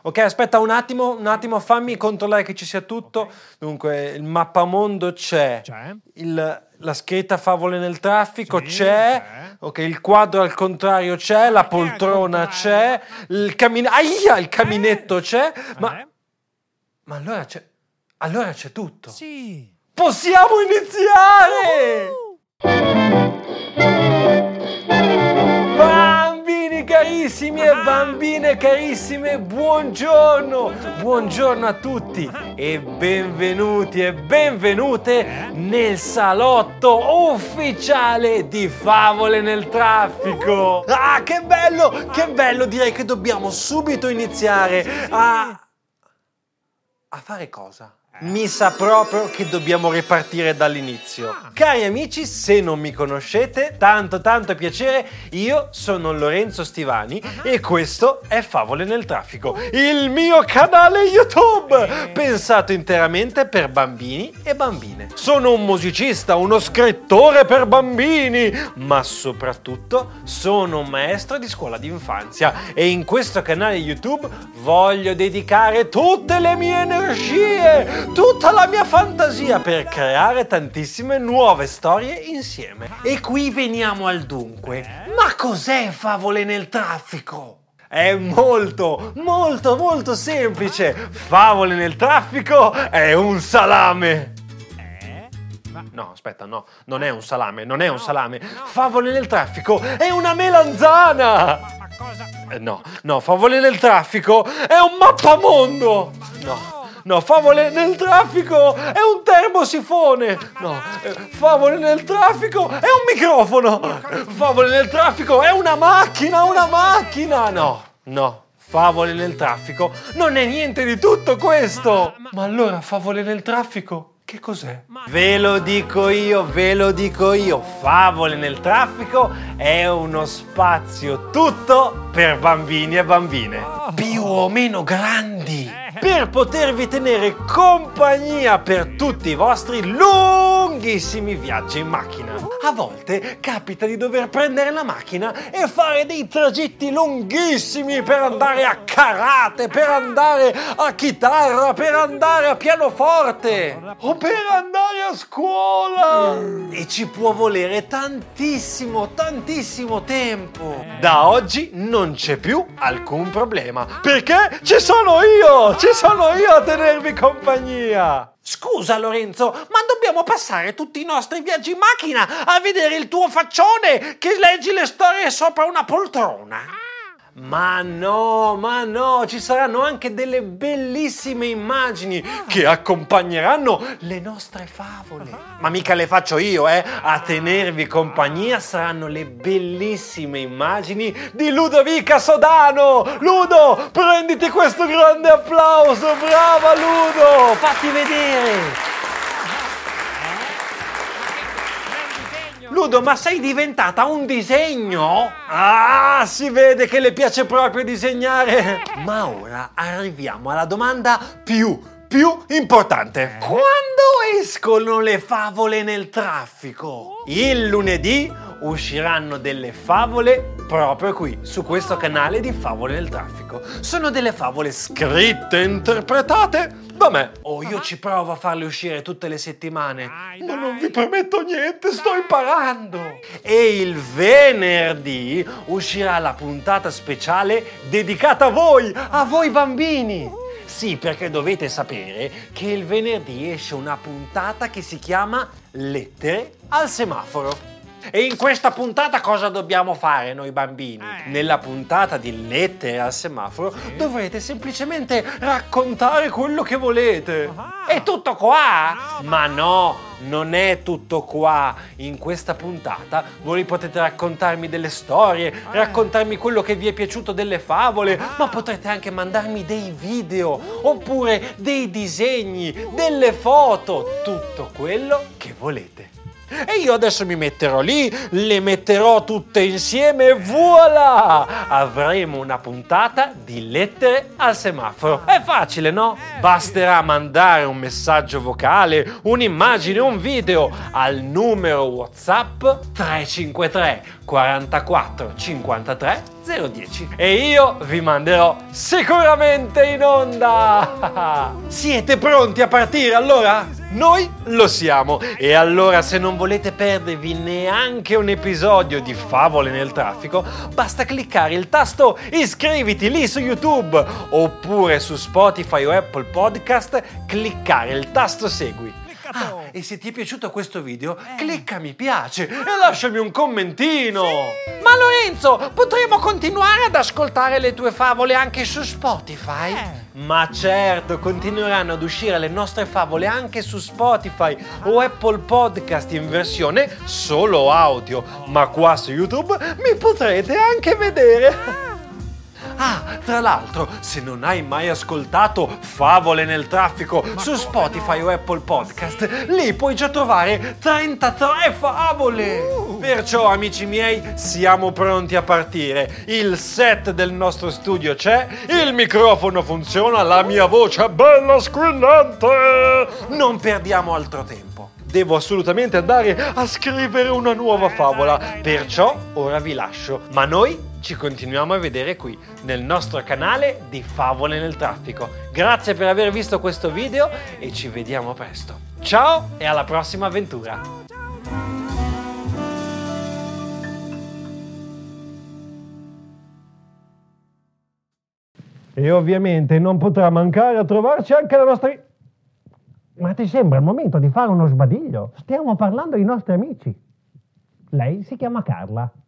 Ok, aspetta un attimo, fammi controllare che ci sia tutto. Ok. Dunque, il mappamondo c'è. C'è. La scritta favole nel traffico Sì, c'è. c'è. Ok, il quadro al contrario c'è, la perché al poltrona contrario? c'è, il caminetto c'è. Ma allora c'è tutto. Sì. Possiamo iniziare! Bambini carissimi e bambine carissime, buongiorno! Buongiorno a tutti e benvenuti e benvenute nel salotto ufficiale di Favole nel Traffico! Ah, che bello! Che bello! Direi che dobbiamo subito iniziare a fare cosa? Mi sa proprio che dobbiamo ripartire dall'inizio. Cari amici, se non mi conoscete, tanto piacere, io sono Lorenzo Stivani e questo è Favole nel Traffico, il mio canale YouTube, pensato interamente per bambini e bambine. Sono un musicista, uno scrittore per bambini, ma soprattutto sono un maestro di scuola d'infanzia e in questo canale YouTube voglio dedicare tutte le mie energie, tutta la mia fantasia per creare tantissime nuove storie insieme. E qui veniamo al dunque. Ma cos'è Favole nel Traffico? È molto semplice. Favole nel Traffico è un salame. No, aspetta, no, non è un salame. Favole nel Traffico è una melanzana. Ma cosa? No, Favole nel Traffico è un mappamondo. No, Favole nel Traffico è un termosifone. No, Favole nel Traffico è un microfono. Favole nel Traffico è una macchina. No, Favole nel Traffico non è niente di tutto questo. Ma allora Favole nel Traffico che cos'è? Ve lo dico io. Favole nel Traffico è uno spazio tutto per bambini e bambine, più o meno grandi, per potervi tenere compagnia per tutti i vostri lunghissimi viaggi in macchina. A volte capita di dover prendere la macchina e fare dei tragitti lunghissimi per andare a karate, per andare a chitarra, per andare a pianoforte o per andare a scuola. E ci può volere tantissimo tempo. Da oggi non c'è più alcun problema, perché ci sono io a tenervi compagnia. Scusa Lorenzo, ma dobbiamo passare tutti i nostri viaggi in macchina a vedere il tuo faccione che leggi le storie sopra una poltrona? Ma no, ci saranno anche delle bellissime immagini che accompagneranno le nostre favole. Ma mica le faccio io, a tenervi compagnia saranno le bellissime immagini di Ludovica Sodano. Ludo, prenditi questo grande applauso, brava Ludo, fatti vedere. Ludo, ma sei diventata un disegno? Ah, si vede che le piace proprio disegnare. Ma ora arriviamo alla domanda più importante. Quando escono le favole nel traffico? Il lunedì usciranno delle favole proprio qui, su questo canale di Favole nel Traffico. Sono delle favole scritte e interpretate da me. Io ci provo a farle uscire tutte le settimane. Ma non vi prometto niente, sto imparando. E il venerdì uscirà la puntata speciale dedicata a voi bambini. Sì, perché dovete sapere che il venerdì esce una puntata che si chiama Lettere al semaforo. E in questa puntata cosa dobbiamo fare noi bambini? Nella puntata di Lettere al semaforo dovrete semplicemente raccontare quello che volete. È tutto qua? Ma no, non è tutto qua. In questa puntata voi potete raccontarmi delle storie, raccontarmi quello che vi è piaciuto delle favole, ma potrete anche mandarmi dei video, oppure dei disegni, delle foto, tutto quello che volete. E io adesso mi metterò lì, le metterò tutte insieme e voilà! Avremo una puntata di lettere al semaforo. È facile, no? Basterà mandare un messaggio vocale, un'immagine, un video al numero WhatsApp 353 44 53 010 e io vi manderò sicuramente in onda. Siete pronti a partire allora? Noi lo siamo e allora se non volete perdervi neanche un episodio di Favole nel traffico basta cliccare il tasto iscriviti lì su YouTube oppure su Spotify o Apple Podcast cliccare il tasto segui. E se ti è piaciuto questo video, clicca mi piace e lasciami un commentino. Ma Lorenzo, potremo continuare ad ascoltare le tue favole anche su Spotify? Ma certo, continueranno ad uscire le nostre favole anche su Spotify o Apple Podcast in versione solo audio. Ma qua su YouTube mi potrete anche vedere. Tra l'altro, se non hai mai ascoltato Favole nel traffico su Spotify o Apple Podcast, lì puoi già trovare 33 favole! Perciò, amici miei, siamo pronti a partire. Il set del nostro studio c'è, il microfono funziona, la mia voce è bella squillante! Non perdiamo altro tempo. Devo assolutamente andare a scrivere una nuova favola, perciò ora vi lascio. Ma noi ci continuiamo a vedere qui, nel nostro canale di Favole nel traffico. Grazie per aver visto questo video e ci vediamo presto. Ciao e alla prossima avventura! E ovviamente non potrà mancare a trovarci anche la nostra... Ma ti sembra il momento di fare uno sbadiglio? Stiamo parlando ai nostri amici. Lei si chiama Carla.